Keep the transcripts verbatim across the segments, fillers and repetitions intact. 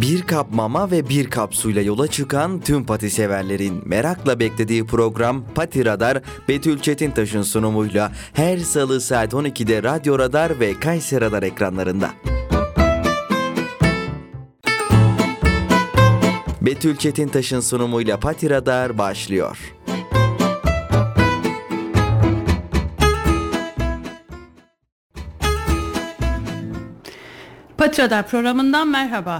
Bir kap mama ve bir kap suyla yola çıkan tüm pati severlerin merakla beklediği program Pati Radar, Betül Çetintaş'ın sunumuyla her salı saat on ikide Radyo Radar ve Kayseri Radar ekranlarında. Betül Çetintaş'ın sunumuyla Pati Radar başlıyor. Pati Radar programından merhaba.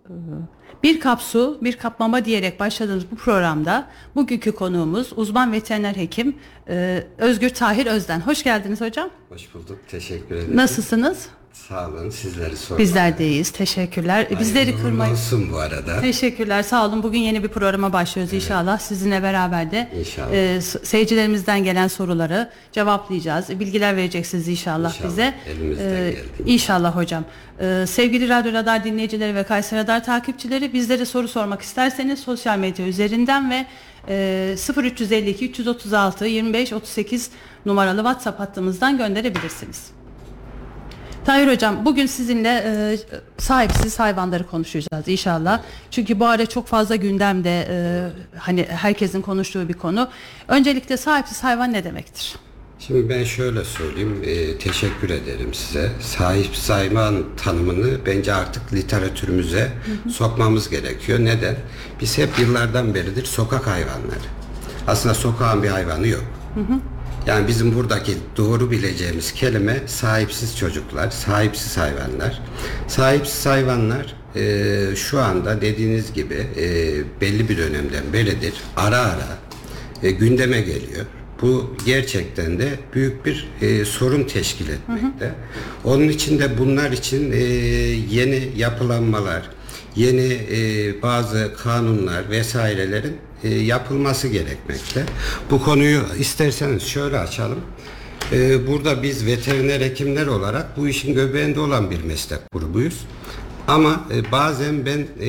Bir kap su, bir kap mama diyerek başladığımız bu programda bugünkü konuğumuz uzman veteriner hekim Özgür Tahir Özden. Hoş geldiniz hocam. Hoş bulduk, teşekkür ederim. Nasılsınız? Sağ olun, sizleri sormalı. Bizler de iyiyiz, teşekkürler. Hayırlı Bizleri kırmayın. olsun bu arada. Teşekkürler, sağ olun. Bugün yeni bir programa başlıyoruz evet. inşallah. Sizinle beraber de İnşallah. e, seyircilerimizden gelen soruları cevaplayacağız. Bilgiler vereceksiniz inşallah, inşallah bize. Elimizden e, geldi. İnşallah hocam. E, sevgili Radyo Radar dinleyicileri ve Kayseri Radar takipçileri, bizlere soru sormak isterseniz sosyal medya üzerinden ve e, sıfır üç yüz elli iki üç yüz otuz altı yirmi beş otuz sekiz numaralı WhatsApp hattımızdan gönderebilirsiniz. Tahir hocam, bugün sizinle e, sahipsiz hayvanları konuşacağız inşallah. Çünkü bu ara çok fazla gündemde, e, hani herkesin konuştuğu bir konu. Öncelikle sahipsiz hayvan ne demektir? Şimdi ben şöyle söyleyeyim, e, teşekkür ederim size. Sahipsiz hayvan tanımını bence artık literatürümüze hı hı. sokmamız gerekiyor. Neden? Biz hep yıllardan beridir sokak hayvanları. Aslında sokağın bir hayvanı yok. Hı hı. Yani bizim buradaki doğru bileceğimiz kelime sahipsiz çocuklar, sahipsiz hayvanlar. Sahipsiz hayvanlar e, şu anda dediğiniz gibi e, belli bir dönemden beridir ara ara e, gündeme geliyor. Bu gerçekten de büyük bir e, sorun teşkil etmekte. Hı hı. Onun için de bunlar için e, yeni yapılanmalar, yeni e, bazı kanunlar vesairelerin e, yapılması gerekmekte. Bu konuyu isterseniz şöyle açalım. E, burada biz veteriner hekimler olarak bu işin göbeğinde olan bir meslek grubuyuz. Ama e, bazen ben e,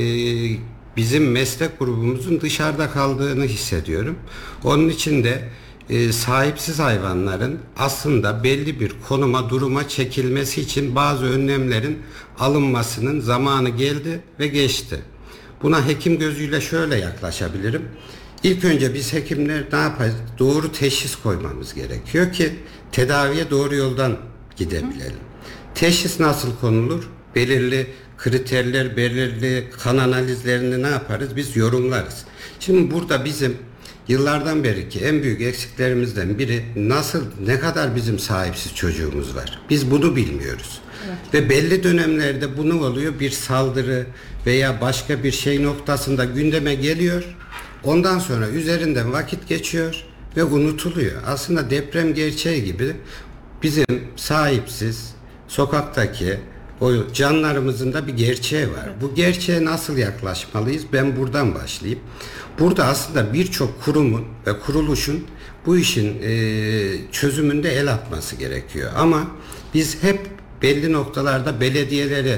bizim meslek grubumuzun dışarıda kaldığını hissediyorum. Onun için de e, sahipsiz hayvanların aslında belli bir konuma, duruma çekilmesi için bazı önlemlerin alınmasının zamanı geldi ve geçti. Buna hekim gözüyle şöyle yaklaşabilirim. İlk önce biz hekimler ne yapacağız? Doğru teşhis koymamız gerekiyor ki tedaviye doğru yoldan gidebilelim. Teşhis nasıl konulur? Belirli kriterler, belirli kan analizlerini ne yaparız? Biz yorumlarız. Şimdi burada bizim yıllardan beriki en büyük eksiklerimizden biri nasıl, ne kadar bizim sahipsiz çocuğumuz var. Biz bunu bilmiyoruz. Evet. Ve belli dönemlerde bunu oluyor, bir saldırı veya başka bir şey noktasında gündeme geliyor. Ondan sonra üzerinden vakit geçiyor ve unutuluyor. Aslında deprem gerçeği gibi bizim sahipsiz sokaktaki o canlarımızın da bir gerçeği var. Evet. Bu gerçeğe nasıl yaklaşmalıyız? Ben buradan başlayayım. Burada aslında birçok kurumun ve kuruluşun bu işin e, çözümünde el atması gerekiyor. Ama biz hep belli noktalarda belediyelere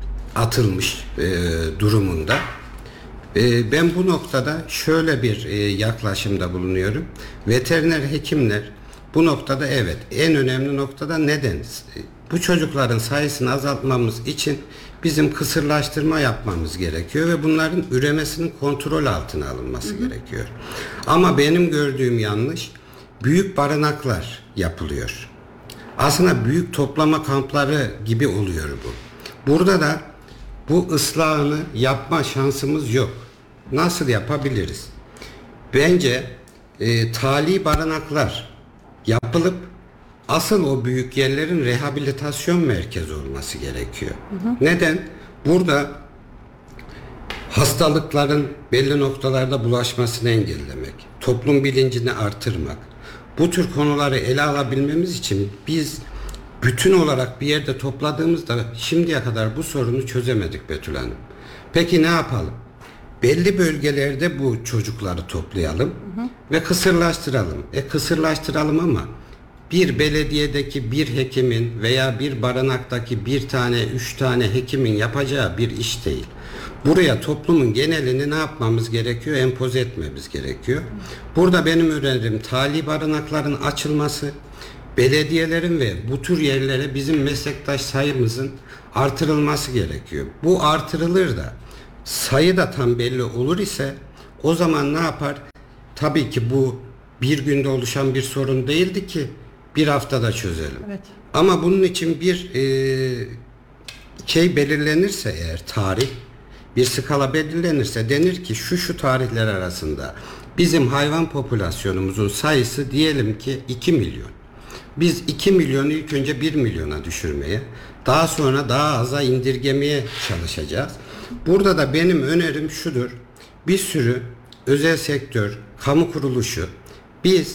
atılmış e, durumunda. E, ben bu noktada şöyle bir e, yaklaşımda bulunuyorum. Veteriner hekimler bu noktada evet en önemli noktada neden? Bu çocukların sayısını azaltmamız için bizim kısırlaştırma yapmamız gerekiyor ve bunların üremesinin kontrol altına alınması hı hı. gerekiyor. Ama benim gördüğüm yanlış, büyük barınaklar yapılıyor. Aslında büyük toplama kampları gibi oluyor bu. Burada da bu ıslahını yapma şansımız yok. Nasıl yapabiliriz? Bence e, tali barınaklar yapılıp asıl o büyük yerlerin rehabilitasyon merkezi olması gerekiyor. Hı hı. Neden? Burada hastalıkların belli noktalarda bulaşmasını engellemek, toplum bilincini artırmak, bu tür konuları ele alabilmemiz için biz bütün olarak bir yerde topladığımızda şimdiye kadar bu sorunu çözemedik Betül Hanım. Peki ne yapalım? Belli bölgelerde bu çocukları toplayalım hı hı. ve kısırlaştıralım. E kısırlaştıralım ama bir belediyedeki bir hekimin veya bir barınaktaki bir tane, üç tane hekimin yapacağı bir iş değil. Buraya toplumun genelini ne yapmamız gerekiyor? Empoze etmemiz gerekiyor. Burada benim önerim tali barınakların açılması, belediyelerin ve bu tür yerlere bizim meslektaş sayımızın artırılması gerekiyor. Bu artırılır da sayı da tam belli olur ise o zaman ne yapar? Tabii ki bu bir günde oluşan bir sorun değildi ki bir haftada çözelim. Evet. Ama bunun için bir e, şey belirlenirse, eğer tarih, bir skala belirlenirse, denir ki şu şu tarihler arasında bizim hayvan popülasyonumuzun sayısı diyelim ki iki milyon. Biz iki milyonu ilk önce bir milyona düşürmeye, daha sonra daha aza indirgemeye çalışacağız. Burada da benim önerim şudur: bir sürü özel sektör, kamu kuruluşu biz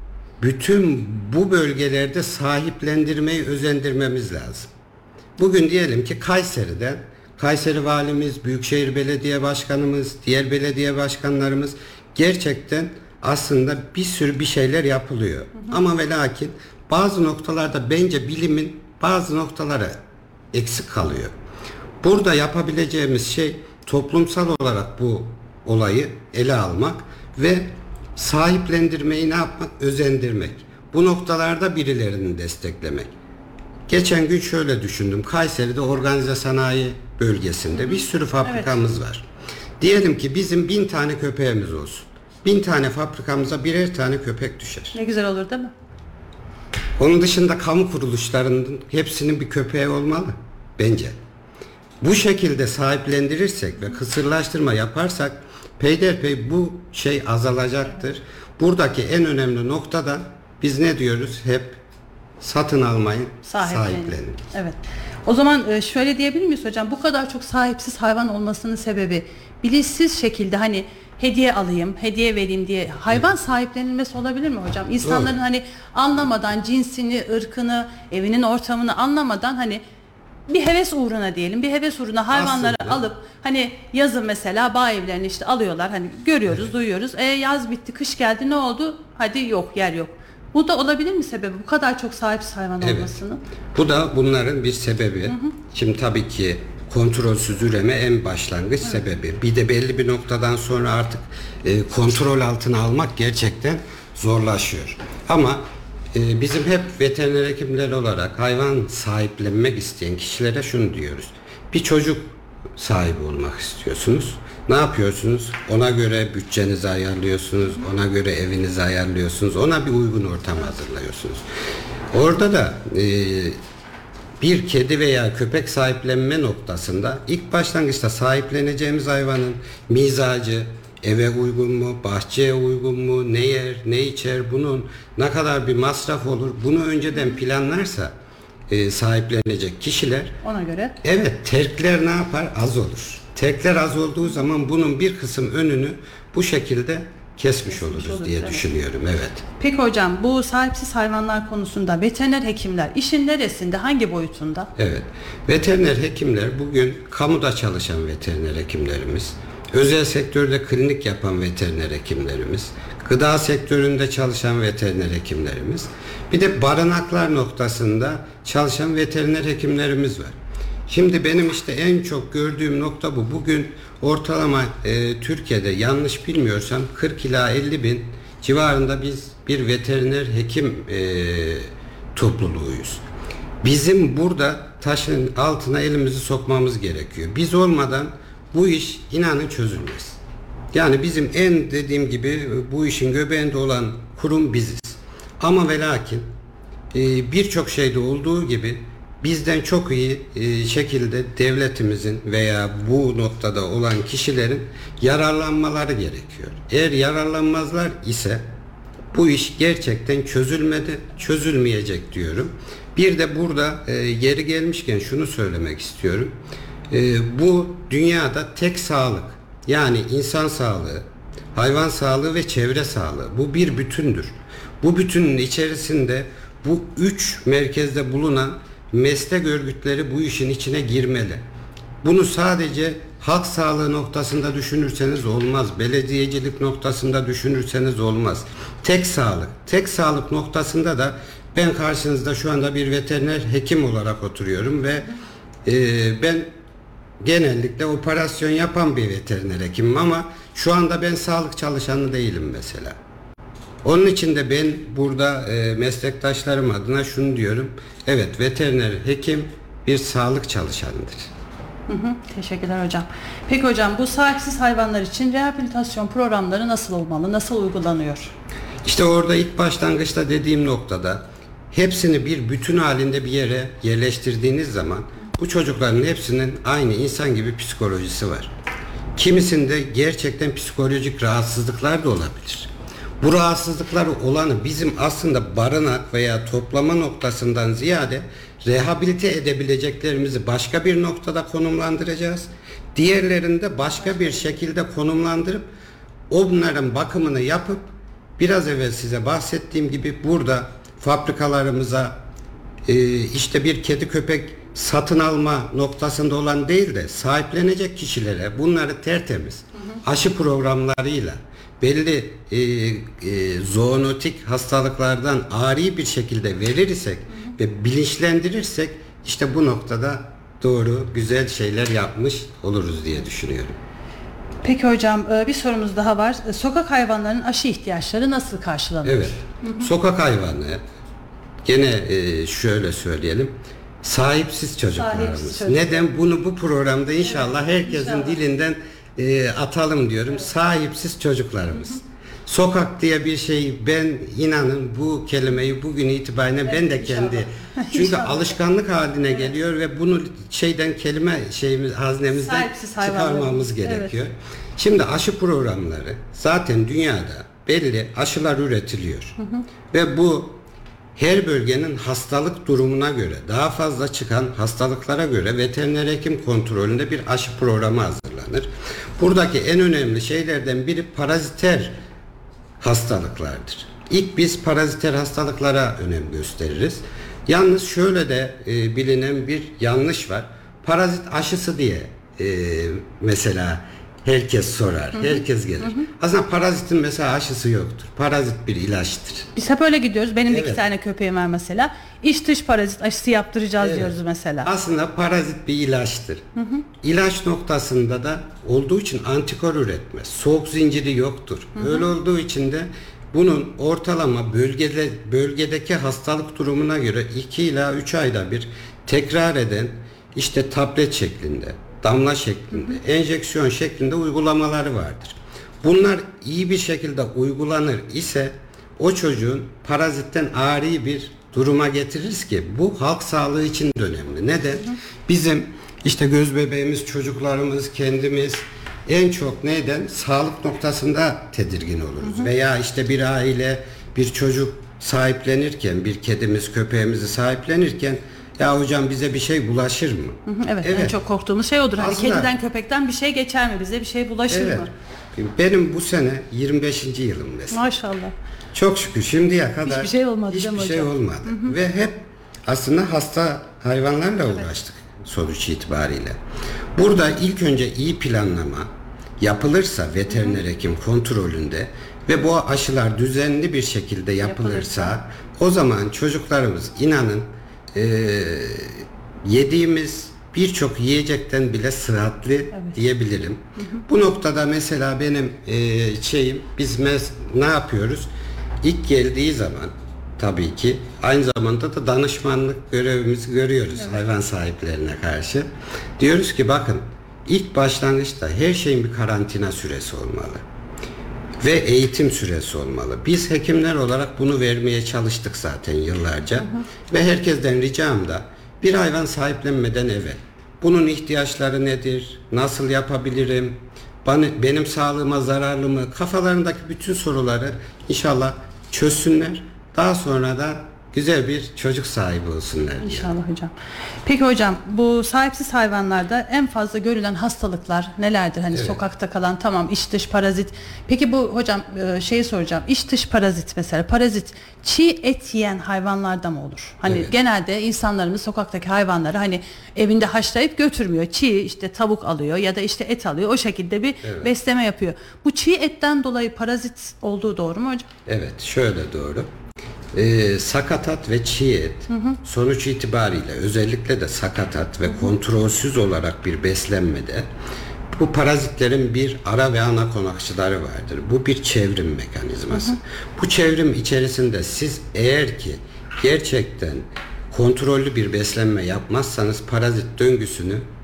bütün bu bölgelerde sahiplendirmeyi özendirmemiz lazım. Bugün diyelim ki Kayseri'den Kayseri Valimiz, Büyükşehir Belediye Başkanımız, diğer belediye başkanlarımız gerçekten aslında bir sürü bir şeyler yapılıyor. Hı hı. Ama ve lakin bazı noktalarda bence bilimin bazı noktaları eksik kalıyor. Burada yapabileceğimiz şey toplumsal olarak bu olayı ele almak ve sahiplendirmeyi ne yapmak? Özendirmek. Bu noktalarda birilerini desteklemek. Geçen gün şöyle düşündüm. Kayseri'de organize sanayi bölgesinde bir sürü fabrikamız evet. var. Diyelim ki bizim bin tane köpeğimiz olsun. Bin tane fabrikamıza birer tane köpek düşer. Ne güzel olur değil mi? Onun dışında kamu kuruluşlarının hepsinin bir köpeği olmalı bence. Bu şekilde sahiplendirirsek ve kısırlaştırma yaparsak peyderpey bu şey azalacaktır. Buradaki en önemli noktada biz ne diyoruz? Hep satın almayın, sahiplenin. sahiplenin. Evet. O zaman şöyle diyebilir miyiz hocam? Bu kadar çok sahipsiz hayvan olmasının sebebi bilinçsiz şekilde hani hediye alayım, hediye vereyim diye hayvan evet. sahiplenilmesi olabilir mi hocam? İnsanların Doğru. hani anlamadan cinsini, ırkını, evinin ortamını anlamadan hani bir heves uğruna diyelim, bir heves uğruna hayvanları Aslında. alıp hani yazın mesela bağ evlerini işte alıyorlar, hani görüyoruz, evet. duyuyoruz. E yaz bitti, kış geldi, ne oldu? Hadi yok, yer yok. Bu da olabilir mi sebebi? Bu kadar çok sahipsiz hayvan evet. olmasının. Bu da bunların bir sebebi. Hı hı. Şimdi tabii ki kontrolsüz üreme en başlangıç evet. sebebi. Bir de belli bir noktadan sonra artık e, kontrol altına almak gerçekten zorlaşıyor. Ama e, bizim hep veteriner hekimler olarak hayvan sahiplenmek isteyen kişilere şunu diyoruz: bir çocuk sahibi olmak istiyorsunuz. Ne yapıyorsunuz? Ona göre bütçenizi ayarlıyorsunuz, ona göre evinizi ayarlıyorsunuz, ona bir uygun ortam hazırlıyorsunuz. Orada da e, bir kedi veya köpek sahiplenme noktasında ilk başlangıçta sahipleneceğimiz hayvanın mizacı, eve uygun mu, bahçeye uygun mu, ne yer, ne içer, bunun ne kadar bir masraf olur, bunu önceden planlarsa e, sahiplenecek kişiler ona göre evet terkler ne yapar? Az olur. Terkler az olduğu zaman bunun bir kısım önünü bu şekilde kesmiş, kesmiş oluruz olur, diye evet. düşünüyorum. Evet. Peki hocam, bu sahipsiz hayvanlar konusunda veteriner hekimler işin neresinde, hangi boyutunda? Evet. Veteriner hekimler bugün kamuda çalışan veteriner hekimlerimiz, özel sektörde klinik yapan veteriner hekimlerimiz, gıda sektöründe çalışan veteriner hekimlerimiz, bir de barınaklar noktasında çalışan veteriner hekimlerimiz var. Şimdi benim işte en çok gördüğüm nokta bu. Bugün ortalama e, Türkiye'de yanlış bilmiyorsam kırk ila elli bin civarında biz bir veteriner hekim e, topluluğuyuz. Bizim burada taşın altına elimizi sokmamız gerekiyor. Biz olmadan bu iş inanın çözülmez. Yani bizim en dediğim gibi bu işin göbeğinde olan kurum biziz. Ama ve lakin e, birçok şeyde olduğu gibi bizden çok iyi e, şekilde devletimizin veya bu noktada olan kişilerin yararlanmaları gerekiyor. Eğer yararlanmazlar ise bu iş gerçekten çözülmedi, çözülmeyecek diyorum. Bir de burada e, yeri gelmişken şunu söylemek istiyorum. E, bu dünyada tek sağlık, yani insan sağlığı, hayvan sağlığı ve çevre sağlığı, bu bir bütündür. Bu bütünün içerisinde bu üç merkezde bulunan meslek örgütleri bu işin içine girmeli. Bunu sadece halk sağlığı noktasında düşünürseniz olmaz. Belediyecilik noktasında düşünürseniz olmaz. Tek sağlık. Tek sağlık noktasında da ben karşınızda şu anda bir veteriner hekim olarak oturuyorum ve e, ben genellikle operasyon yapan bir veteriner hekimim ama şu anda ben sağlık çalışanı değilim mesela. Onun için de ben burada e, meslektaşlarım adına şunu diyorum. Evet, veteriner hekim bir sağlık çalışanıdır. Hı hı, teşekkürler hocam. Peki hocam, bu sahipsiz hayvanlar için rehabilitasyon programları nasıl olmalı, nasıl uygulanıyor? İşte orada ilk başlangıçta dediğim noktada hepsini bir bütün halinde bir yere yerleştirdiğiniz zaman bu çocukların hepsinin aynı insan gibi psikolojisi var. Kimisinde gerçekten psikolojik rahatsızlıklar da olabilir. Bu rahatsızlıklar olanı bizim aslında barınak veya toplama noktasından ziyade rehabilite edebileceklerimizi başka bir noktada konumlandıracağız. Diğerlerini de başka bir şekilde konumlandırıp onların bakımını yapıp biraz evvel size bahsettiğim gibi burada fabrikalarımıza e, işte bir kedi köpek satın alma noktasında olan değil de sahiplenecek kişilere bunları tertemiz hı hı. aşı programlarıyla belli e, e, zoonotik hastalıklardan ari bir şekilde verir isek hı hı. ve bilinçlendirirsek işte bu noktada doğru güzel şeyler yapmış oluruz diye düşünüyorum. Peki hocam, bir sorumuz daha var. Sokak hayvanlarının aşı ihtiyaçları nasıl karşılanıyor? Evet. Hı hı. Sokak hayvanı gene şöyle söyleyelim. Sahipsiz çocuklarımız. Sahipsiz çocuk. Neden? Bunu bu programda inşallah evet, herkesin inşallah. dilinden e, atalım diyorum. Evet. Sahipsiz çocuklarımız. Hı hı. Sokak diye bir şey, ben inanın bu kelimeyi bugün itibariyle evet, ben de kendi inşallah. çünkü inşallah. alışkanlık haline evet. geliyor ve bunu şeyden kelime şeyimiz haznemizden çıkarmamız gerekiyor. Evet. Şimdi aşı programları zaten dünyada belli aşılar üretiliyor. Hı hı. Ve bu her bölgenin hastalık durumuna göre, daha fazla çıkan hastalıklara göre veteriner hekim kontrolünde bir aşı programı hazırlanır. Buradaki en önemli şeylerden biri paraziter hastalıklardır. İlk biz paraziter hastalıklara önem gösteririz. Yalnız şöyle de e, bilinen bir yanlış var. Parazit aşısı diye e, mesela herkes sorar, hı hı. herkes gelir. Hı hı. Aslında parazitin mesela aşısı yoktur. Parazit bir ilaçtır. Biz hep öyle gidiyoruz. Benim de evet. iki tane köpeğim var mesela. İç dış parazit aşısı yaptıracağız evet. diyoruz mesela. Aslında parazit bir ilaçtır. Hı hı. İlaç noktasında da olduğu için antikor üretmez. Soğuk zinciri yoktur. Hı hı. Öyle olduğu için de bunun ortalama bölgede, bölgedeki hastalık durumuna göre iki ila üç ayda bir tekrar eden işte tablet şeklinde, damla şeklinde, hı hı. enjeksiyon şeklinde uygulamaları vardır. Bunlar iyi bir şekilde uygulanır ise o çocuğun parazitten ari bir duruma getiririz ki bu halk sağlığı için de önemli. Neden? Hı hı. Bizim işte göz bebeğimiz, çocuklarımız, kendimiz en çok neyden? Sağlık noktasında tedirgin oluruz. Hı hı. Veya işte bir aile bir çocuk sahiplenirken, bir kedimiz, köpeğimizi sahiplenirken ya hocam bize bir şey bulaşır mı? Hı hı, evet, evet. En çok korktuğumuz şey odur. Hani aslında, kediden, köpekten bir şey geçer mi? Bize bir şey bulaşır evet. mı? Benim bu sene yirmi beşinci yılım mesela. Maşallah. Çok şükür şimdiye kadar hiçbir şey olmadı. Hiçbir şey hocam. olmadı. Hı hı. Ve hep aslında hasta hayvanlarla evet. uğraştık sonuç itibariyle. Burada ilk önce iyi planlama yapılırsa veteriner hekim kontrolünde ve bu aşılar düzenli bir şekilde yapılırsa, yapılırsa. o zaman çocuklarımız inanın e, yediğimiz birçok yiyecekten bile sıhhatli evet. diyebilirim. Hı hı. Bu noktada mesela benim e, şeyim biz mes- ne yapıyoruz? İlk geldiği zaman tabii ki aynı zamanda da danışmanlık görevimizi görüyoruz evet. hayvan sahiplerine karşı. Diyoruz ki bakın ilk başlangıçta her şeyin bir karantina süresi olmalı. Ve eğitim süresi olmalı. Biz hekimler olarak bunu vermeye çalıştık zaten yıllarca. Hı hı. Ve herkesten ricam da bir hayvan sahiplenmeden evvel bunun ihtiyaçları nedir? Nasıl yapabilirim? Bana, benim sağlığıma zararlı mı? Kafalarındaki bütün soruları inşallah çözsünler. Daha sonra da güzel bir çocuk sahibi olsunlar. İnşallah yani. Hocam. Peki hocam, bu sahipsiz hayvanlarda en fazla görülen hastalıklar nelerdir? Hani evet. sokakta kalan tamam iç dış parazit. Peki bu hocam şeyi soracağım. İç dış parazit mesela parazit çiğ et yiyen hayvanlarda mı olur? Hani evet. genelde insanlarımız sokaktaki hayvanları hani evinde haşlayıp götürmüyor. Çiğ işte tavuk alıyor ya da işte et alıyor. O şekilde bir evet. besleme yapıyor. Bu çiğ etten dolayı parazit olduğu doğru mu hocam? Evet, şöyle doğru. Ee, sakatat ve çiğ et hı hı. sonuç itibariyle özellikle de sakatat ve hı hı. kontrolsüz olarak bir beslenmede bu parazitlerin bir ara ve ana konakçıları vardır. Bu bir çevrim mekanizması. Hı hı. Bu çevrim içerisinde siz eğer ki gerçekten kontrollü bir beslenme yapmazsanız parazit döngüsünü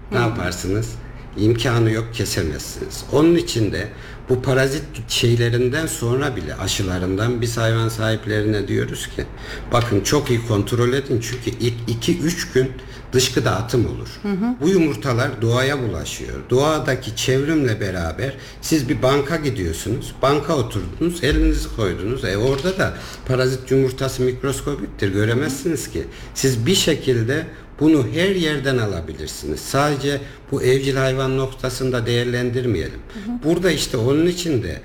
ne Hı. yaparsınız? İmkanı yok, kesemezsiniz. Onun için de bu parazit şeylerinden sonra bile, aşılarından biz hayvan sahiplerine diyoruz ki bakın çok iyi kontrol edin, çünkü ilk iki üç gün dışkı dağıtım olur. Hı hı. Bu yumurtalar doğaya bulaşıyor. Doğadaki çevrimle beraber siz bir banka gidiyorsunuz. Banka oturdunuz, elinizi koydunuz. E orada da parazit yumurtası mikroskobiktir. Göremezsiniz hı hı. ki. Siz bir şekilde bunu her yerden alabilirsiniz. Sadece bu evcil hayvan noktasında değerlendirmeyelim. Hı hı. Burada işte onun için de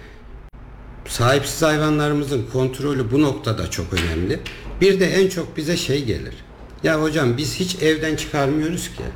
sahipsiz hayvanlarımızın kontrolü bu noktada çok önemli. Bir de en çok bize şey gelir. Ya hocam biz hiç evden çıkarmıyoruz ki.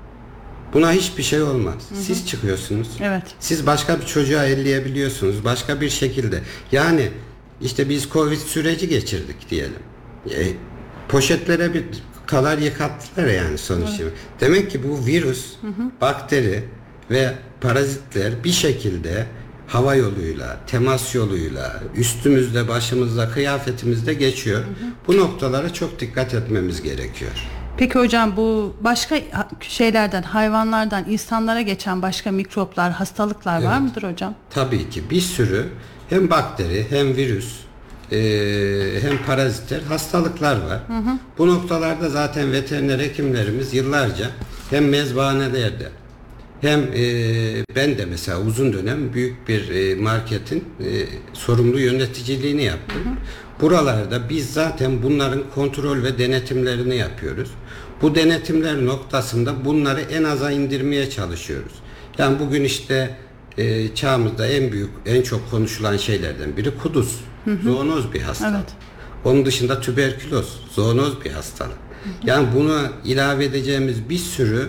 Buna hiçbir şey olmaz. Hı hı. Siz çıkıyorsunuz. Evet. Siz başka bir çocuğa elleyebiliyorsunuz. Başka bir şekilde. Yani işte biz Covid süreci geçirdik diyelim. E, poşetlere bir kalar yıkattılar yani sonuçta. Evet. Demek ki bu virüs, hı hı. bakteri ve parazitler bir şekilde hava yoluyla, temas yoluyla, üstümüzde, başımızda, kıyafetimizde geçiyor. Hı hı. Bu noktalara çok dikkat etmemiz gerekiyor. Peki hocam, bu başka şeylerden, hayvanlardan insanlara geçen başka mikroplar, hastalıklar evet. var mıdır hocam? Tabii ki bir sürü hem bakteri hem virüs e, hem parazitler, hastalıklar var. Hı hı. Bu noktalarda zaten veteriner hekimlerimiz yıllarca hem mezbahanelerde hem e, ben de mesela uzun dönem büyük bir e, marketin e, sorumlu yöneticiliğini yaptım. Hı hı. Buralarda biz zaten bunların kontrol ve denetimlerini yapıyoruz. Bu denetimler noktasında bunları en aza indirmeye çalışıyoruz. Yani bugün işte e, çağımızda en büyük, en çok konuşulan şeylerden biri kuduz. Hı hı. Zoonoz bir hastalık. Evet. Onun dışında tüberküloz, zoonoz bir hastalık. Hı hı. Yani buna ilave edeceğimiz bir sürü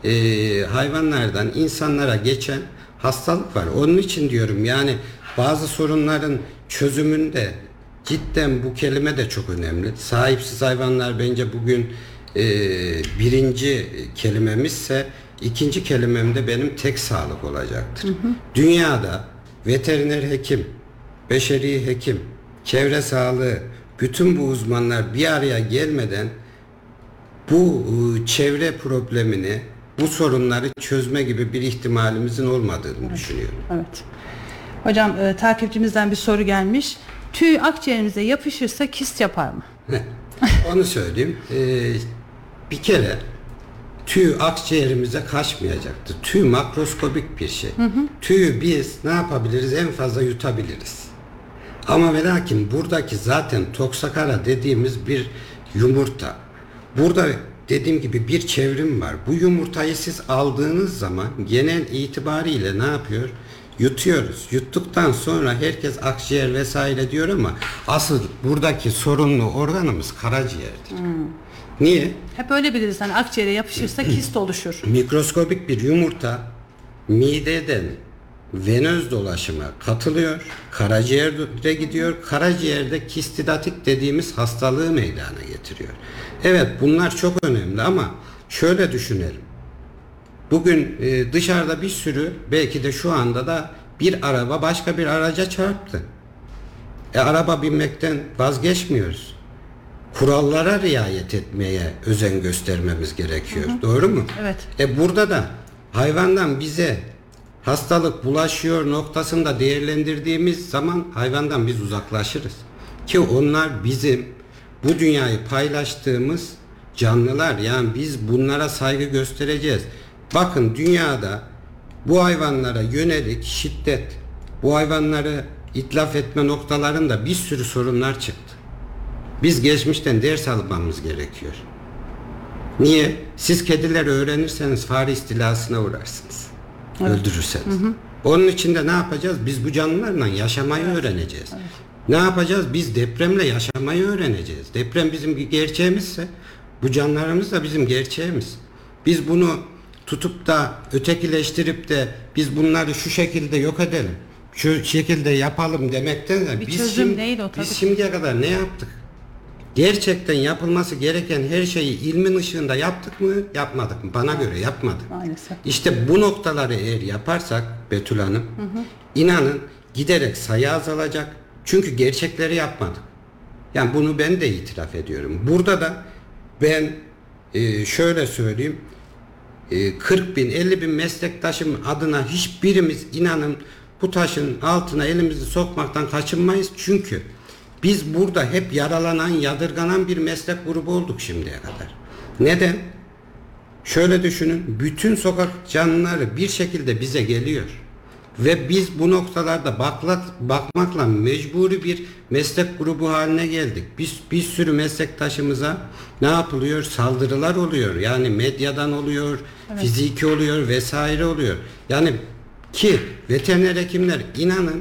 e, hayvanlardan insanlara geçen hastalık var. Onun için diyorum yani bazı sorunların çözümünde cidden bu kelime de çok önemli. Sahipsiz hayvanlar bence bugün e, birinci kelimemizse, ikinci kelimem de benim tek sağlık olacaktır. Hı hı. Dünyada veteriner hekim, beşeri hekim, çevre sağlığı, bütün bu uzmanlar bir araya gelmeden bu e, çevre problemini, bu sorunları çözme gibi bir ihtimalimizin olmadığını evet. düşünüyorum. Evet. Hocam e, takipçimizden bir soru gelmiş. Tüy akciğerimize yapışırsa kist yapar mı? Onu söyleyeyim. Ee, bir kere tüy akciğerimize kaçmayacaktır. Tüy makroskobik bir şey. Hı hı. Tüyü biz ne yapabiliriz? En fazla yutabiliriz. Ama ve lakin buradaki zaten toksakara dediğimiz bir yumurta. Burada dediğim gibi bir çevrim var. Bu yumurtayı siz aldığınız zaman genel itibariyle ne yapıyor? Yutuyoruz. Yuttuktan sonra herkes akciğer vesaire diyor ama asıl buradaki sorunlu organımız karaciğerdir. Hmm. Niye? Hep öyle biliriz. Hani akciğere yapışırsa kist oluşur. Mikroskobik bir yumurta mideden venöz dolaşıma katılıyor. Karaciğere gidiyor. Karaciğerde kistidatik dediğimiz hastalığı meydana getiriyor. Evet, bunlar çok önemli ama şöyle düşünelim. Bugün e, dışarıda bir sürü, belki de şu anda da bir araba başka bir araca çarptı. E, araba binmekten vazgeçmiyoruz. Kurallara riayet etmeye özen göstermemiz gerekiyor. Hı hı. Doğru mu? Evet. E, burada da hayvandan bize hastalık bulaşıyor noktasında değerlendirdiğimiz zaman hayvandan biz uzaklaşırız. Ki onlar bizim bu dünyayı paylaştığımız canlılar. Yani biz bunlara saygı göstereceğiz. Bakın dünyada bu hayvanlara yönelik şiddet, bu hayvanları itlaf etme noktalarında bir sürü sorunlar çıktı. Biz geçmişten ders almamız gerekiyor. Niye? Siz kedileri öğrenirseniz fare istilasına uğrarsınız. Evet. Öldürürseniz. Hı hı. Onun için de ne yapacağız? Biz bu canlılarla yaşamayı evet. öğreneceğiz. Evet. Ne yapacağız? Biz depremle yaşamayı öğreneceğiz. Deprem bizim gerçeğimizse bu canlılarımız da bizim gerçeğimiz. Biz bunu tutup da ötekileştirip de biz bunları şu şekilde yok edelim, şu şekilde yapalım demekten de bir biz, çözüm şimdi, değil o, tabii. biz şimdiye kadar ne yaptık? Gerçekten yapılması gereken her şeyi ilmin ışığında yaptık mı, yapmadık mı? Bana ha. göre yapmadık. Maalesef. İşte bu noktaları eğer yaparsak Betül Hanım, hı hı. inanın giderek sayı azalacak. Çünkü gerçekleri yapmadık. Yani bunu ben de itiraf ediyorum. Burada da ben e, şöyle söyleyeyim. kırk bin elli bin meslektaşım adına hiçbirimiz inanın bu taşın altına elimizi sokmaktan kaçınmayız. Çünkü biz burada hep yaralanan, yadırganan bir meslek grubu olduk şimdiye kadar. Neden? Şöyle düşünün, bütün sokak canlıları bir şekilde bize geliyor. Ve biz bu noktalarda bakla, bakmakla mecburi bir meslek grubu haline geldik. Biz bir sürü meslektaşımıza ne yapılıyor? Saldırılar oluyor. Yani medyadan oluyor, evet. fiziki oluyor vesaire oluyor. Yani ki veteriner hekimler inanın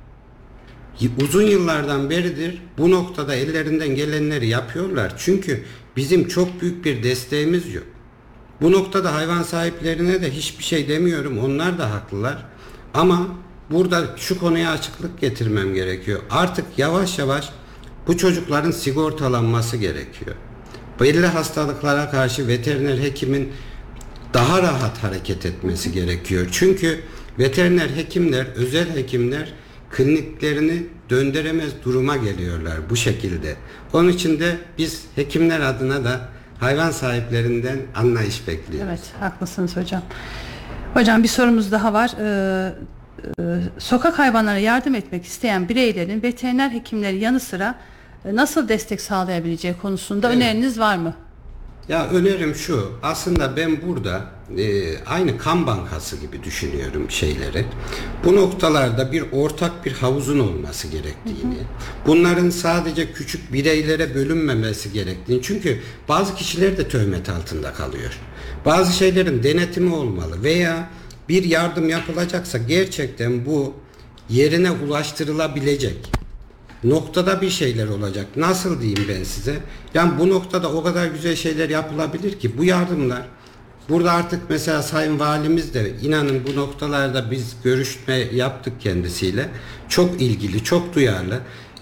uzun yıllardan beridir bu noktada ellerinden gelenleri yapıyorlar. Çünkü bizim çok büyük bir desteğimiz yok. Bu noktada hayvan sahiplerine de hiçbir şey demiyorum. Onlar da haklılar. Ama burada şu konuya açıklık getirmem gerekiyor. Artık yavaş yavaş bu çocukların sigortalanması gerekiyor. Belli hastalıklara karşı veteriner hekimin daha rahat hareket etmesi gerekiyor. Çünkü veteriner hekimler, özel hekimler kliniklerini döndüremez duruma geliyorlar bu şekilde. Onun için de biz hekimler adına da hayvan sahiplerinden anlayış bekliyoruz. Evet, haklısınız hocam. Hocam bir sorumuz daha var. Ee, e, sokak hayvanlara yardım etmek isteyen bireylerin veteriner hekimleri yanı sıra e, nasıl destek sağlayabileceği konusunda evet. öneriniz var mı? Ya önerim şu, aslında ben burada e, aynı kan bankası gibi düşünüyorum şeyleri. Bu noktalarda bir ortak bir havuzun olması gerektiğini, hı hı. bunların sadece küçük bireylere bölünmemesi gerektiğini, çünkü bazı kişiler de töhmet altında kalıyor. Bazı şeylerin denetimi olmalı veya bir yardım yapılacaksa gerçekten bu yerine ulaştırılabilecek noktada bir şeyler olacak. Nasıl diyeyim ben size? Yani bu noktada o kadar güzel şeyler yapılabilir ki bu yardımlar burada artık mesela Sayın Valimiz de inanın bu noktalarda biz görüşme yaptık kendisiyle. Çok ilgili, çok duyarlı.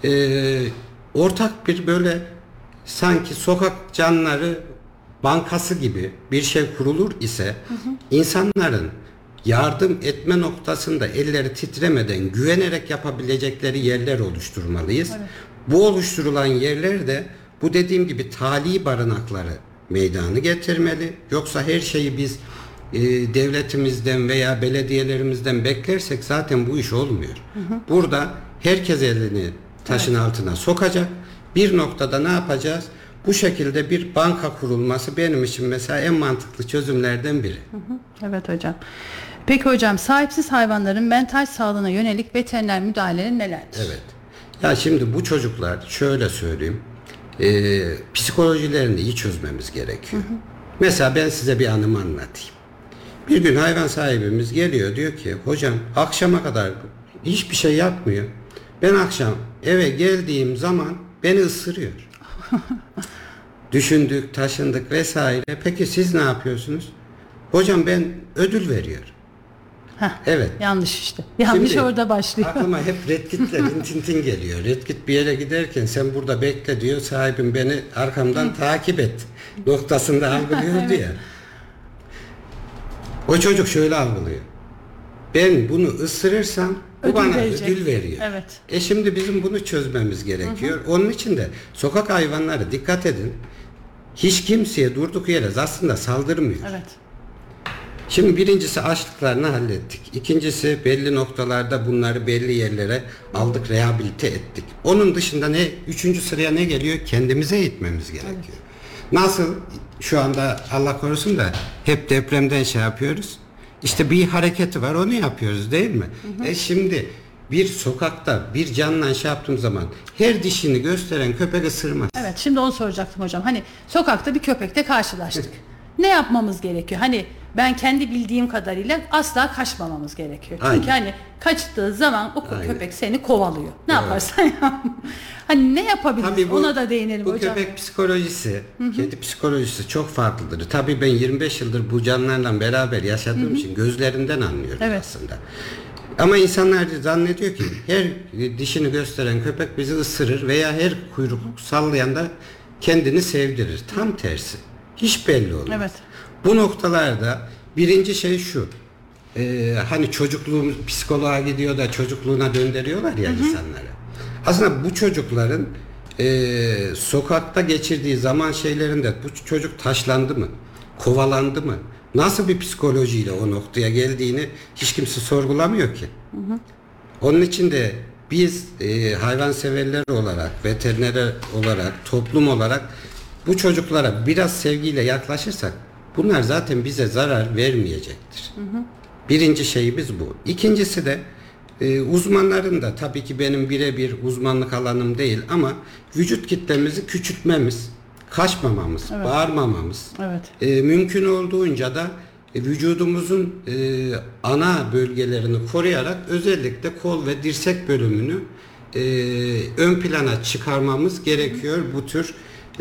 Ee, ortak bir böyle sanki sokak canlıları bankası gibi bir şey kurulur ise hı hı. insanların yardım etme noktasında elleri titremeden güvenerek yapabilecekleri yerler oluşturmalıyız. Evet. Bu oluşturulan yerlerde bu dediğim gibi tali barınakları meydanı getirmeli. Yoksa her şeyi biz e, devletimizden veya belediyelerimizden beklersek zaten bu iş olmuyor. Hı hı. Burada herkes elini taşın evet. altına sokacak. Bir noktada ne yapacağız? Bu şekilde bir banka kurulması benim için mesela en mantıklı çözümlerden biri. Hı hı. Evet hocam. Peki hocam, sahipsiz hayvanların mental sağlığına yönelik veteriner müdahaleleri nelerdir? Evet. Ya şimdi bu çocuklar şöyle söyleyeyim. E, psikolojilerini iyi çözmemiz gerekiyor. Hı hı. Mesela ben size bir anımı anlatayım. Bir gün hayvan sahibimiz geliyor, diyor ki hocam akşama kadar hiçbir şey yapmıyor. Ben akşam eve geldiğim zaman beni ısırıyor. Düşündük, taşındık vesaire. Peki siz ne yapıyorsunuz? Hocam ben ödül veriyorum. Heh, evet. Yanlış işte. Yanlış şimdi, orada başlıyor. Aklıma hep Red Kit'le Rintintin geliyor. Red Kit bir yere giderken sen burada bekle diyor. Sahibim beni arkamdan takip et noktasında algılıyordu evet. ya. O çocuk şöyle algılıyor. Ben bunu ısırırsam bu ödül bana verecek. Ödül veriyor. Evet. E şimdi bizim bunu çözmemiz gerekiyor. Hı hı. Onun için de sokak hayvanları dikkat edin. Hiç kimseye durduk yere aslında saldırmıyor. Evet. Şimdi birincisi açlıklarını hallettik. İkincisi belli noktalarda bunları belli yerlere aldık, rehabilite ettik. Onun dışında ne? Üçüncü sıraya ne geliyor? Kendimize eğitmemiz gerekiyor. Evet. Nasıl? Şu anda Allah korusun da hep depremden şey yapıyoruz. İşte bir hareketi var, onu yapıyoruz değil mi? Hı hı. E şimdi bir sokakta bir canla şey yaptığım zaman her dişini gösteren köpek ısırmaz. Evet, şimdi onu soracaktım hocam. Hani sokakta bir köpekle karşılaştık. Ne yapmamız gerekiyor? Hani ben kendi bildiğim kadarıyla asla kaçmamamız gerekiyor. Aynen. Çünkü hani kaçtığı zaman o Aynen. köpek seni kovalıyor. Ne evet. yaparsan yap. Hani ne yapabiliriz? Bu, Ona da değinelim bu hocam. Bu köpek psikolojisi, Hı-hı. kedi psikolojisi çok farklıdır. Tabii ben yirmi beş yıldır bu canlılarla beraber yaşadığım Hı-hı. için gözlerinden anlıyorum evet. aslında. Ama insanlar zannediyor ki her dişini gösteren köpek bizi ısırır veya her kuyruk sallayan da kendini sevdirir. Tam tersi. Hiç belli olmaz. Evet. Bu noktalarda birinci şey şu. E, hani çocukluğum psikoloğa gidiyor da çocukluğuna döndürüyorlar ya hı hı. insanları. Aslında bu çocukların e, sokakta geçirdiği zaman şeylerinde bu çocuk taşlandı mı? Kovalandı mı? nasıl bir psikolojiyle o noktaya geldiğini hiç kimse sorgulamıyor ki. Hı hı. Onun için de biz e, hayvanseverler olarak, veteriner olarak, toplum olarak bu çocuklara biraz sevgiyle yaklaşırsak bunlar zaten bize zarar vermeyecektir. Hı hı. Birinci şeyimiz bu. İkincisi de e, uzmanların da tabii ki benim birebir uzmanlık alanım değil ama vücut kitlemizi küçültmemiz, kaçmamamız, evet. bağırmamamız, evet. E, mümkün olduğunca da e, vücudumuzun e, ana bölgelerini koruyarak özellikle kol ve dirsek bölümünü e, ön plana çıkarmamız gerekiyor. Hı. Bu tür e,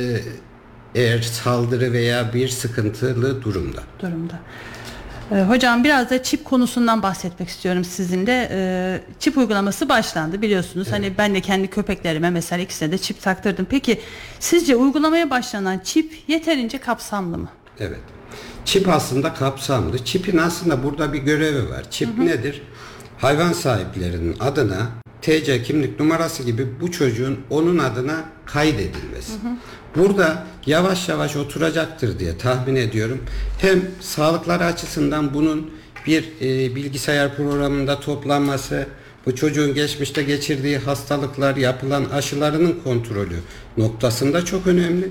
eğer saldırı veya bir sıkıntılı durumda. Durumda. Ee, hocam biraz da çip konusundan bahsetmek istiyorum sizinle. Ee, çip uygulaması başlandı biliyorsunuz. Evet. Hani ben de kendi köpeklerime mesela ikisine de çip taktırdım. Peki sizce uygulamaya başlanan çip yeterince kapsamlı mı? Evet. Çip aslında kapsamlı. Çipin aslında burada bir görevi var. Çip hı hı. nedir? Hayvan sahiplerinin adına T C kimlik numarası gibi bu çocuğun onun adına kaydedilmesi. Hı hı. Burada yavaş yavaş oturacaktır diye tahmin ediyorum. Hem sağlıkları açısından bunun bir e, bilgisayar programında toplanması, bu çocuğun geçmişte geçirdiği hastalıklar, yapılan aşılarının kontrolü noktasında çok önemli.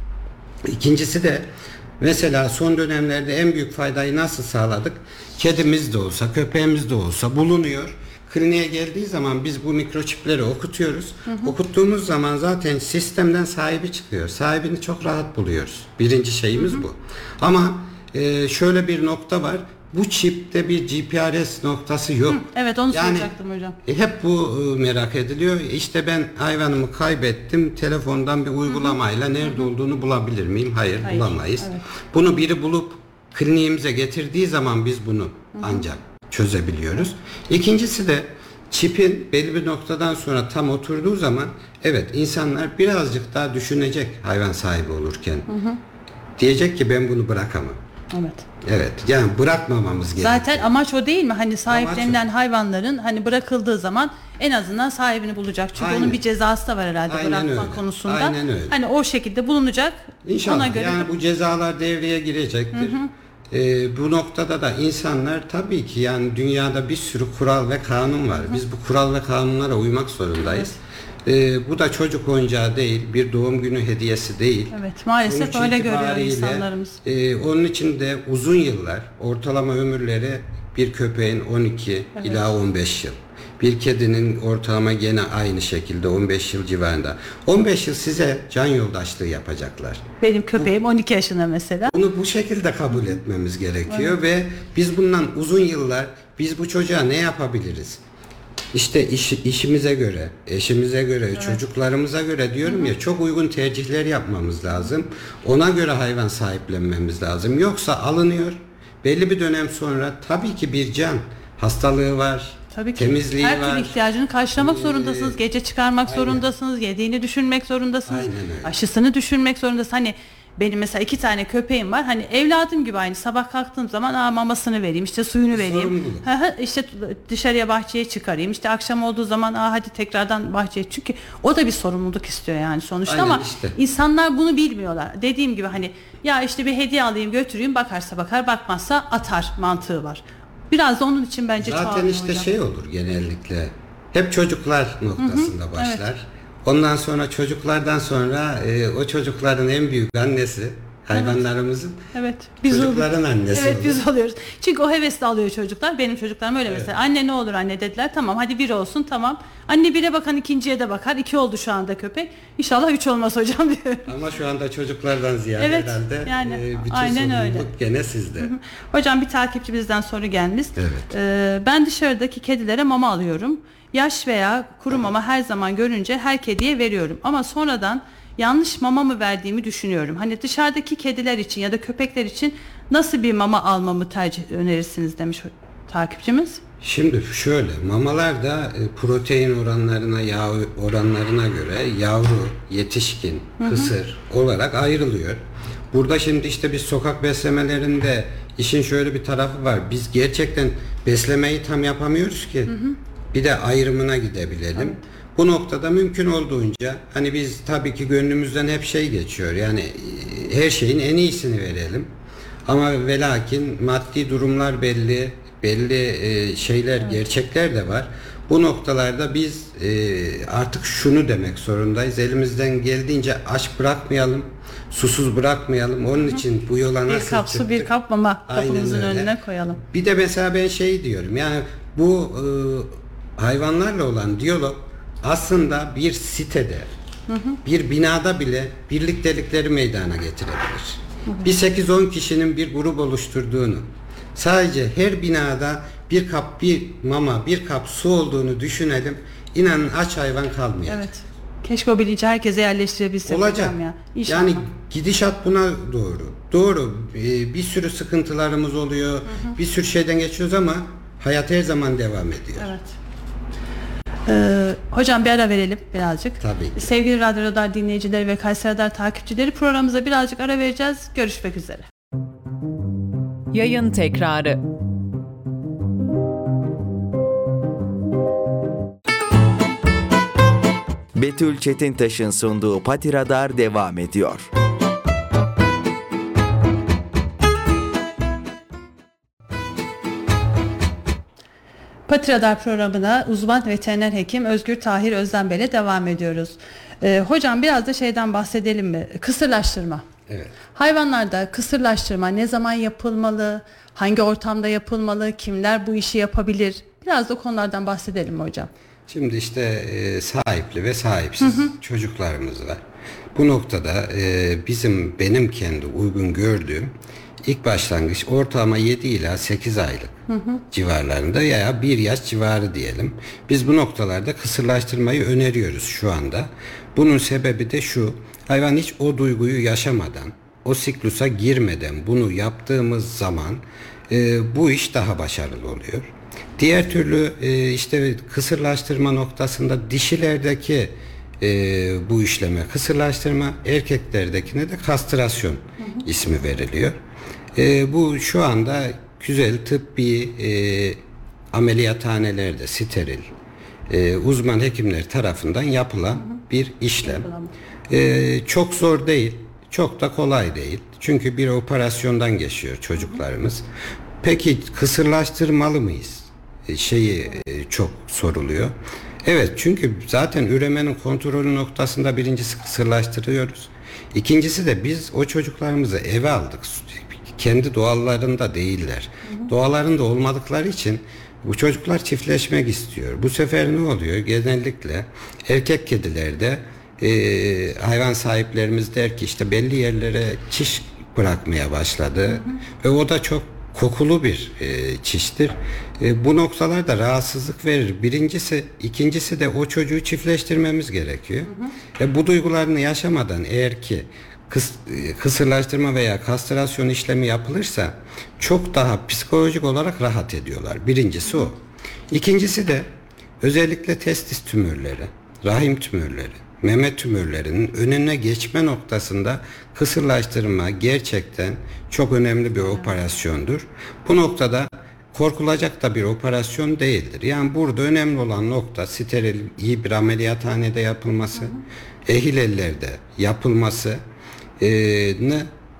İkincisi de mesela son dönemlerde en büyük faydayı nasıl sağladık? Kedimiz de olsa, köpeğimiz de olsa bulunuyor. Kliniğe geldiği zaman biz bu mikroçipleri okutuyoruz. Hı hı. Okuttuğumuz zaman zaten sistemden sahibi çıkıyor. Sahibini çok rahat buluyoruz. Birinci şeyimiz hı hı. bu. Ama e, şöyle bir nokta var. Bu çipte bir G P R S noktası yok. Hı, evet onu yani, soracaktım hocam. E, hep bu e, merak ediliyor. İşte ben hayvanımı kaybettim. Telefondan bir uygulamayla hı hı. nerede hı hı. olduğunu bulabilir miyim? Hayır, Hayır. bulamayız. Evet. Bunu biri bulup kliniğimize getirdiği zaman biz bunu hı hı. ancak çözebiliyoruz. İkincisi de çipin belli bir noktadan sonra tam oturduğu zaman evet insanlar birazcık daha düşünecek hayvan sahibi olurken. Hı hı. Diyecek ki ben bunu bırakamam. Evet. Evet. Yani bırakmamamız gerekiyor. Zaten amaç o değil mi? Hani sahiplenilen hayvanların hani bırakıldığı zaman en azından sahibini bulacak. Çünkü Aynen. onun bir cezası da var herhalde Aynen bırakma öyle. konusunda. Aynen öyle. Hani o şekilde bulunacak. İnşallah. Ona göre yani bu cezalar devreye girecektir. Hı hı. Ee, bu noktada da insanlar tabii ki yani dünyada bir sürü kural ve kanun var. Hı hı. Biz bu kural ve kanunlara uymak zorundayız. Evet. Ee, bu da çocuk oyuncağı değil, bir doğum günü hediyesi değil. Evet, maalesef Sonuç öyle görüyor insanlarımız. E, onun için de uzun yıllar, ortalama ömürleri bir köpeğin on iki evet. ila on beş yıl. Bir kedinin ortalama gene aynı şekilde on beş yıl civarında. on beş yıl size can yoldaşlığı yapacaklar. Benim köpeğim bu, on iki yaşında mesela. Bunu bu şekilde kabul etmemiz gerekiyor evet. ve biz bundan uzun yıllar biz bu çocuğa ne yapabiliriz? İşte iş, işimize göre, eşimize göre, evet. çocuklarımıza göre diyorum Hı-hı. ya çok uygun tercihler yapmamız lazım. Ona göre hayvan sahiplenmemiz lazım. Yoksa alınıyor. Belli bir dönem sonra tabii ki bir can hastalığı var. Tabii ki. Temizliği Her var. türlü ihtiyacını karşılamak ee, zorundasınız. Gece çıkarmak aynen. zorundasınız. Yediğini düşünmek zorundasınız. Aşısını düşünmek zorundasınız. Hani benim mesela iki tane köpeğim var. Hani evladım gibi aynı. Sabah kalktığım zaman aa, mamasını vereyim, işte suyunu vereyim. işte dışarıya bahçeye çıkarayım. İşte akşam olduğu zaman aa, hadi tekrardan bahçeye. Çünkü o da bir sorumluluk istiyor yani sonuçta. Aynen ama işte. insanlar bunu bilmiyorlar. Dediğim gibi hani ya işte bir hediye alayım götüreyim, bakarsa bakar, bakmazsa atar mantığı var. Biraz da onun için bence zaten işte hocam. şey olur genellikle. Hep çocuklar noktasında Hı-hı. başlar. Evet. Ondan sonra çocuklardan sonra e, o çocukların en büyük annesi hayvanlarımızın evet. Biz çocukların oluyor. annesi Evet olur. biz oluyoruz. Çünkü o hevesle alıyor çocuklar. Benim çocuklarım öyle evet. mesela. Anne ne olur anne dediler. Tamam hadi bir olsun tamam. Anne bire bakan ikinciye de bakar. İki oldu şu anda köpek. İnşallah üç olmaz hocam diyor. Ama şu anda çocuklardan ziyade evet, herhalde yani, e, bütün aynen sorumluluk öyle. gene sizde. Hı hı. Hocam bir takipçimizden soru gelmiş. Evet. Ee, ben dışarıdaki kedilere mama alıyorum. Yaş veya kuru mama her zaman görünce her kediye veriyorum. Ama sonradan yanlış mama mı verdiğimi düşünüyorum. Hani dışarıdaki kediler için ya da köpekler için nasıl bir mama almamı tercih önerirsiniz demiş takipçimiz. Şimdi şöyle mamalarda protein oranlarına, yağ oranlarına göre yavru, yetişkin, kısır hı hı. olarak ayrılıyor. Burada şimdi işte biz sokak beslemelerinde işin şöyle bir tarafı var. Biz gerçekten beslemeyi tam yapamıyoruz ki. Hı hı. Bir de ayrımına gidebilelim. Evet. Bu noktada mümkün olduğunca hani biz tabii ki gönlümüzden hep şey geçiyor. Yani her şeyin en iyisini verelim. Ama ve lakin maddi durumlar belli, belli e, şeyler, evet. gerçekler de var. Bu noktalarda biz e, artık şunu demek zorundayız. Elimizden geldiğince aç bırakmayalım, susuz bırakmayalım. Onun için bu yola nasıl bir kap su, bir kap mama kapımızın önüne koyalım. Bir de mesela ben şey diyorum. Yani bu e, hayvanlarla olan diyalog aslında bir sitede, hı hı. bir binada bile birliktelikleri meydana getirebilir. Hı hı. Bir sekiz on kişinin bir grup oluşturduğunu, sadece her binada bir kap bir mama, bir kap su olduğunu düşünelim. İnanın aç hayvan kalmayacak. Evet. Keşke o bilinci herkese yerleştirebilsek. Olacak. Ya. Yani gidişat buna doğru. Doğru. Ee, bir sürü sıkıntılarımız oluyor. Hı hı. Bir sürü şeyden geçiyoruz ama hayat her zaman devam ediyor. Evet. Ee, hocam bir ara verelim birazcık. Tabii ki. Sevgili Radyo Radar dinleyicileri ve Kayseri Radar takipçileri, programımıza birazcık ara vereceğiz. Görüşmek üzere. Yayın tekrarı. Betül Çetintaş'ın sunduğu Pati Radar devam ediyor. Pati Radar programına uzman veteriner hekim Özgür Tahir Özdenbel'e devam ediyoruz. Ee, hocam biraz da şeyden bahsedelim mi? Kısırlaştırma. Evet. Hayvanlarda kısırlaştırma ne zaman yapılmalı? Hangi ortamda yapılmalı? Kimler bu işi yapabilir? Biraz da konulardan bahsedelim mi hocam? Şimdi işte e, sahipli ve sahipsiz hı hı. çocuklarımız var. Bu noktada e, bizim benim kendi uygun gördüğüm ilk başlangıç ortalama yedi ila sekiz aylık hı hı. civarlarında veya bir yaş civarı diyelim. Biz bu noktalarda kısırlaştırmayı öneriyoruz şu anda. Bunun sebebi de şu: hayvan hiç o duyguyu yaşamadan, o siklusa girmeden bunu yaptığımız zaman e, bu iş daha başarılı oluyor. Diğer türlü e, işte kısırlaştırma noktasında dişilerdeki e, bu işleme kısırlaştırma, erkeklerdekine de kastrasyon hı hı. ismi veriliyor. E, bu şu anda güzel tıbbi e, ameliyathanelerde steril e, uzman hekimler tarafından yapılan hı hı. bir işlem. E, çok zor değil, çok da kolay değil. Çünkü bir operasyondan geçiyor çocuklarımız. Hı hı. Peki kısırlaştırmalı mıyız? Şeyi çok soruluyor. Evet, çünkü zaten üremenin kontrolü noktasında birincisi kısırlaştırıyoruz. İkincisi de biz o çocuklarımızı eve aldık. Kendi doğallarında değiller. Hı hı. Doğalarında olmadıkları için bu çocuklar çiftleşmek istiyor. Bu sefer ne oluyor? Genellikle erkek kedilerde e, hayvan sahiplerimiz der ki işte belli yerlere çiş bırakmaya başladı. Hı hı. Ve o da çok kokulu bir e, çiştir. E, bu noktalarda rahatsızlık verir. Birincisi, ikincisi de o çocuğu çiftleştirmemiz gerekiyor. Hı hı. E, bu duygularını yaşamadan eğer ki kıs, e, kısırlaştırma veya kastrasyon işlemi yapılırsa çok daha psikolojik olarak rahat ediyorlar. Birincisi o. İkincisi de özellikle testis tümörleri, rahim tümörleri, meme tümörlerinin önüne geçme noktasında kısırlaştırma gerçekten çok önemli bir operasyondur. Bu noktada korkulacak da bir operasyon değildir. Yani burada önemli olan nokta steril, iyi bir ameliyathanede yapılması, hı hı. ehil ellerde yapılması e, ne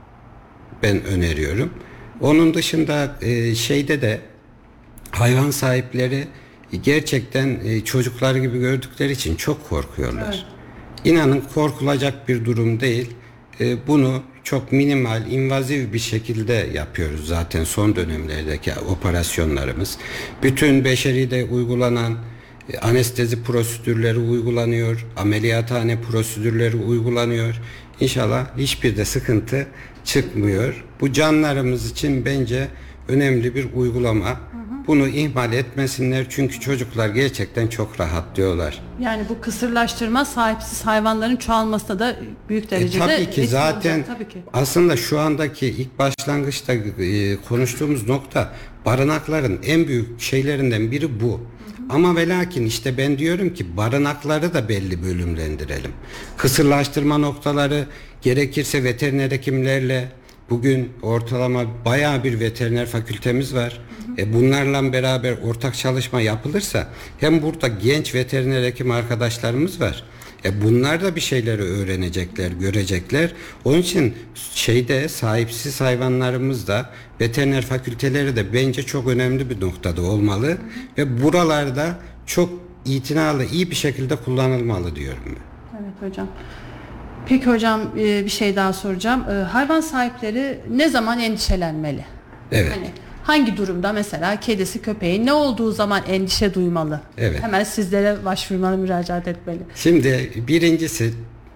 ben öneriyorum. Onun dışında e, şeyde de hayvan sahipleri gerçekten e, çocuklar gibi gördükleri için çok korkuyorlar. Evet. İnanın korkulacak bir durum değil. E, bunu çok minimal, invazif bir şekilde yapıyoruz zaten son dönemlerdeki operasyonlarımız. Bütün beşeride uygulanan e, anestezi prosedürleri uygulanıyor, ameliyathane prosedürleri uygulanıyor. İnşallah hiçbir de sıkıntı çıkmıyor. Bu canlarımız için bence önemli bir uygulama. Hı hı. Bunu ihmal etmesinler çünkü çocuklar gerçekten çok rahatlıyorlar. Yani bu kısırlaştırma sahipsiz hayvanların çoğalmasına da büyük derecede e, tabii ki zaten olacak, tabii ki. Aslında şu andaki ilk başlangıçta e, konuştuğumuz nokta barınakların en büyük şeylerinden biri bu. Hı hı. Ama ve lakin işte ben diyorum ki barınakları da belli bölümlendirelim. Kısırlaştırma noktaları gerekirse veteriner hekimlerle, bugün ortalama bayağı bir veteriner fakültemiz var. Hı hı. E bunlarla beraber ortak çalışma yapılırsa hem burada genç veteriner hekim arkadaşlarımız var. E bunlar da bir şeyleri öğrenecekler, görecekler. Onun için şeyde sahipsiz hayvanlarımız da veteriner fakülteleri de bence çok önemli bir noktada olmalı. Hı hı. Ve buralarda çok itinalı, iyi bir şekilde kullanılmalı diyorum ben. Evet hocam. Peki hocam bir şey daha soracağım. Hayvan sahipleri ne zaman endişelenmeli? Evet. Hani hangi durumda mesela kedisi köpeği ne olduğu zaman endişe duymalı? Evet. Hemen sizlere başvurmalı, müracaat etmeli. Şimdi birincisi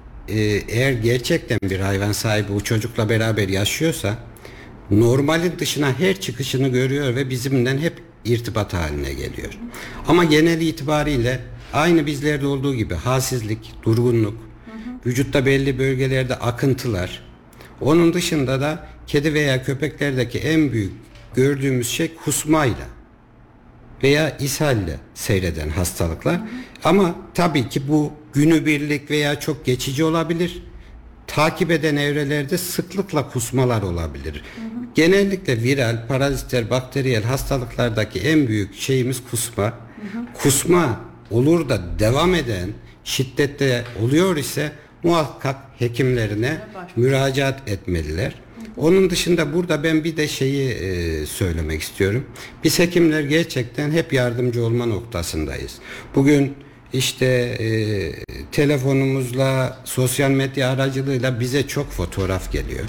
eğer gerçekten bir hayvan sahibi bu çocukla beraber yaşıyorsa normalin dışına her çıkışını görüyor ve bizimle hep irtibat haline geliyor. Ama genel itibariyle aynı bizlerde olduğu gibi halsizlik, durgunluk, vücutta belli bölgelerde akıntılar. Onun dışında da kedi veya köpeklerdeki en büyük gördüğümüz şey kusmayla veya ishalle seyreden hastalıklar. Hı hı. Ama tabii ki bu günübirlik veya çok geçici olabilir. Takip eden evrelerde sıklıkla kusmalar olabilir. Hı hı. Genellikle viral, paraziter, bakteriyel hastalıklardaki en büyük şeyimiz kusma. Hı hı. Kusma olur da devam eden şiddette oluyor ise muhakkak hekimlerine müracaat etmeliler. Onun dışında burada ben bir de şeyi e, söylemek istiyorum. Biz hekimler gerçekten hep yardımcı olma noktasındayız. Bugün işte e, telefonumuzla, sosyal medya aracılığıyla bize çok fotoğraf geliyor.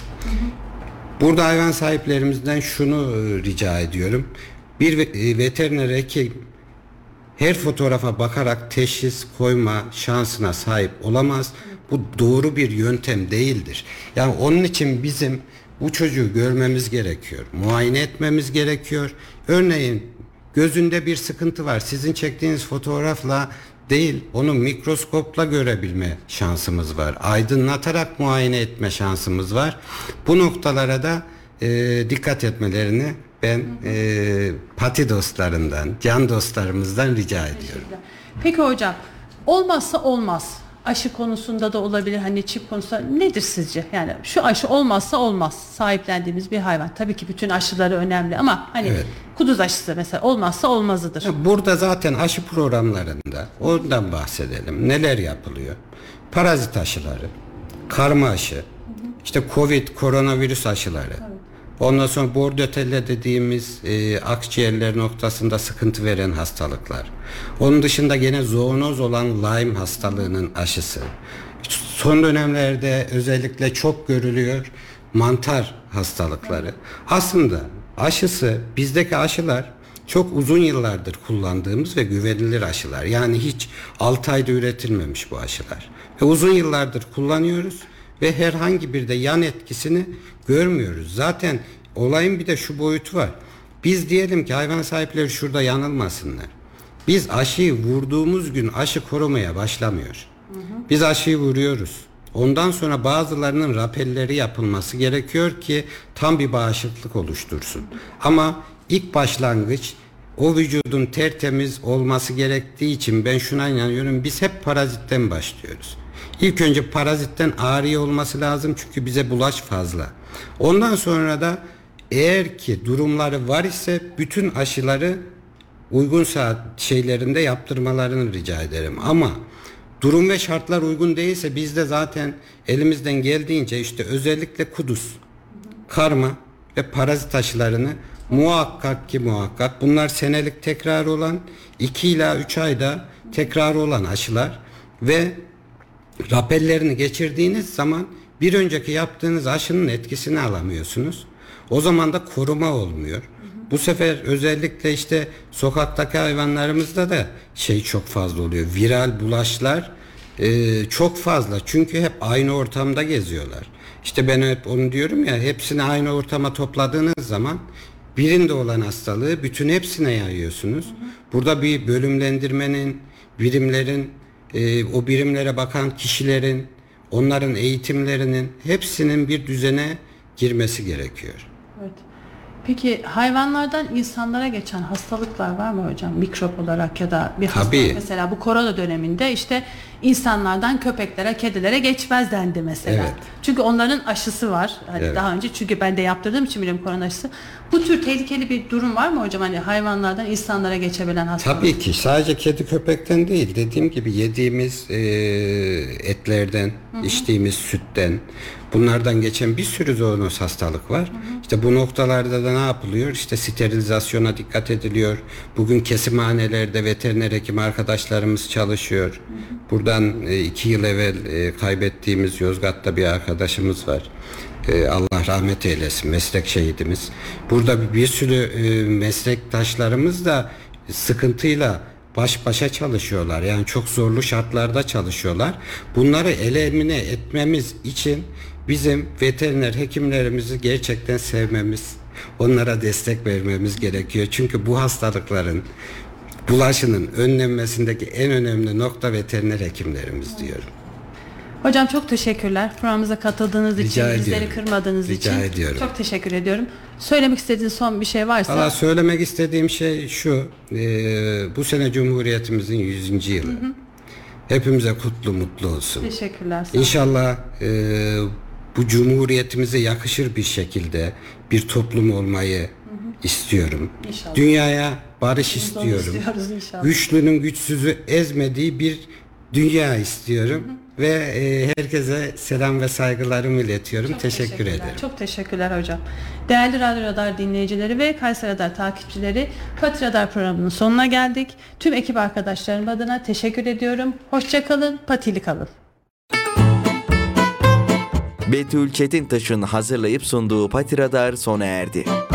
Burada hayvan sahiplerimizden şunu e, rica ediyorum. Bir e, veteriner hekim her fotoğrafa bakarak teşhis koyma şansına sahip olamaz. Bu doğru bir yöntem değildir. Yani onun için bizim bu çocuğu görmemiz gerekiyor. Muayene etmemiz gerekiyor. Örneğin gözünde bir sıkıntı var. Sizin çektiğiniz fotoğrafla değil, onu mikroskopla görebilme şansımız var. Aydınlatarak muayene etme şansımız var. Bu noktalara da e, dikkat etmelerini ben e, pati dostlarından, can dostlarımızdan rica ediyorum. Peki hocam, olmazsa olmaz. Aşı konusunda da olabilir, hani çip konusunda nedir sizce? Yani şu aşı olmazsa olmaz. Sahiplendiğimiz bir hayvan. Tabii ki bütün aşıları önemli ama hani evet. Kuduz aşısı mesela olmazsa olmazıdır. Burada zaten aşı programlarında ondan bahsedelim. Neler yapılıyor? Parazit aşıları, karma aşı, hı hı. işte Covid, koronavirüs aşıları. Evet. Ondan sonra bordötelle dediğimiz e, akciğerler noktasında sıkıntı veren hastalıklar. Onun dışında gene zoonoz olan Lyme hastalığının aşısı. Son dönemlerde özellikle çok görülüyor mantar hastalıkları. Aslında aşısı, bizdeki aşılar çok uzun yıllardır kullandığımız ve güvenilir aşılar. Yani hiç altı ayda üretilmemiş bu aşılar. Ve uzun yıllardır kullanıyoruz ve herhangi bir de yan etkisini görmüyoruz. Zaten olayın bir de şu boyutu var. Biz diyelim ki hayvan sahipleri şurada yanılmasınlar. Biz aşıyı vurduğumuz gün aşı korumaya başlamıyor. Hı hı. Biz aşıyı vuruyoruz. Ondan sonra bazılarının rapelleri yapılması gerekiyor ki tam bir bağışıklık oluştursun. Hı hı. Ama ilk başlangıç o vücudun tertemiz olması gerektiği için ben şuna inanıyorum. Biz hep parazitten başlıyoruz. İlk önce parazitten ağrı olması lazım çünkü bize bulaş fazla. Ondan sonra da eğer ki durumları var ise bütün aşıları uygun saat şeylerinde yaptırmalarını rica ederim. Ama durum ve şartlar uygun değilse biz de zaten elimizden geldiğince işte özellikle kuduz, karma ve parazit aşılarını muhakkak ki muhakkak bunlar senelik tekrar olan iki ila üç ayda tekrar olan aşılar ve rapellerini geçirdiğiniz zaman bir önceki yaptığınız aşının etkisini alamıyorsunuz. O zaman da koruma olmuyor. Hı hı. Bu sefer özellikle işte sokaktaki hayvanlarımızda da şey çok fazla oluyor. Viral bulaşlar e, çok fazla. Çünkü hep aynı ortamda geziyorlar. İşte ben hep onu diyorum ya, hepsini aynı ortama topladığınız zaman birinde olan hastalığı bütün hepsine yayıyorsunuz. Hı hı. Burada bir bölümlendirmenin, birimlerin, e, o birimlere bakan kişilerin, onların eğitimlerinin hepsinin bir düzene girmesi gerekiyor. Evet. Peki hayvanlardan insanlara geçen hastalıklar var mı hocam? Mikrop olarak ya da bir hastalık, Tabii. mesela bu korona döneminde işte insanlardan köpeklere, kedilere geçmez dendi mesela. Evet. Çünkü onların aşısı var. Hani Evet. daha önce, çünkü ben de yaptırdığım için biliyorum korona aşısı. Bu tür tehlikeli bir durum var mı hocam? Hani hayvanlardan insanlara geçebilen hastalık. Tabii ki sadece kedi köpekten değil, dediğim gibi yediğimiz e, etlerden, hı hı. içtiğimiz sütten, bunlardan geçen bir sürü zoonoz hastalık var. Hı hı. İşte bu noktalarda da ne yapılıyor? İşte sterilizasyona dikkat ediliyor. Bugün kesimhanelerde veteriner hekim arkadaşlarımız çalışıyor. Hı hı. Buradan e, iki yıl evvel e, kaybettiğimiz Yozgat'ta bir arkadaşımız var. E, Allah rahmet eylesin, meslek şehidimiz. Burada bir sürü e, meslektaşlarımız da sıkıntıyla baş başa çalışıyorlar. Yani çok zorlu şartlarda çalışıyorlar. Bunları elemine etmemiz için bizim veteriner hekimlerimizi gerçekten sevmemiz, onlara destek vermemiz gerekiyor. Çünkü bu hastalıkların bulaşının önlenmesindeki en önemli nokta veteriner hekimlerimiz diyorum. Hocam çok teşekkürler. Programımıza katıldığınız Rica için, ediyorum. bizleri kırmadığınız Rica için. ediyorum. Çok teşekkür ediyorum. Söylemek istediğiniz son bir şey varsa. Valla söylemek istediğim şey şu. E, bu sene Cumhuriyetimizin yüzüncü yılı. Hı hı. Hepimize kutlu mutlu olsun. Teşekkürler. Sağ olun. İnşallah e, bu Cumhuriyetimize yakışır bir şekilde bir toplum olmayı hı hı. istiyorum. İnşallah. Dünyaya barış Biz istiyorum. Güçlünün güçsüzü ezmediği bir dünya istiyorum. Hı hı. Ve e, herkese selam ve saygılarımı iletiyorum. Çok teşekkür ederim. Çok teşekkürler hocam. Değerli Radyo Radar dinleyicileri ve Kayseri Radar takipçileri, Pati Radar programının sonuna geldik. Tüm ekip arkadaşlarım adına teşekkür ediyorum. Hoşça kalın, patili kalın. Betül Çetintaş'ın hazırlayıp sunduğu Pati Radar sona erdi.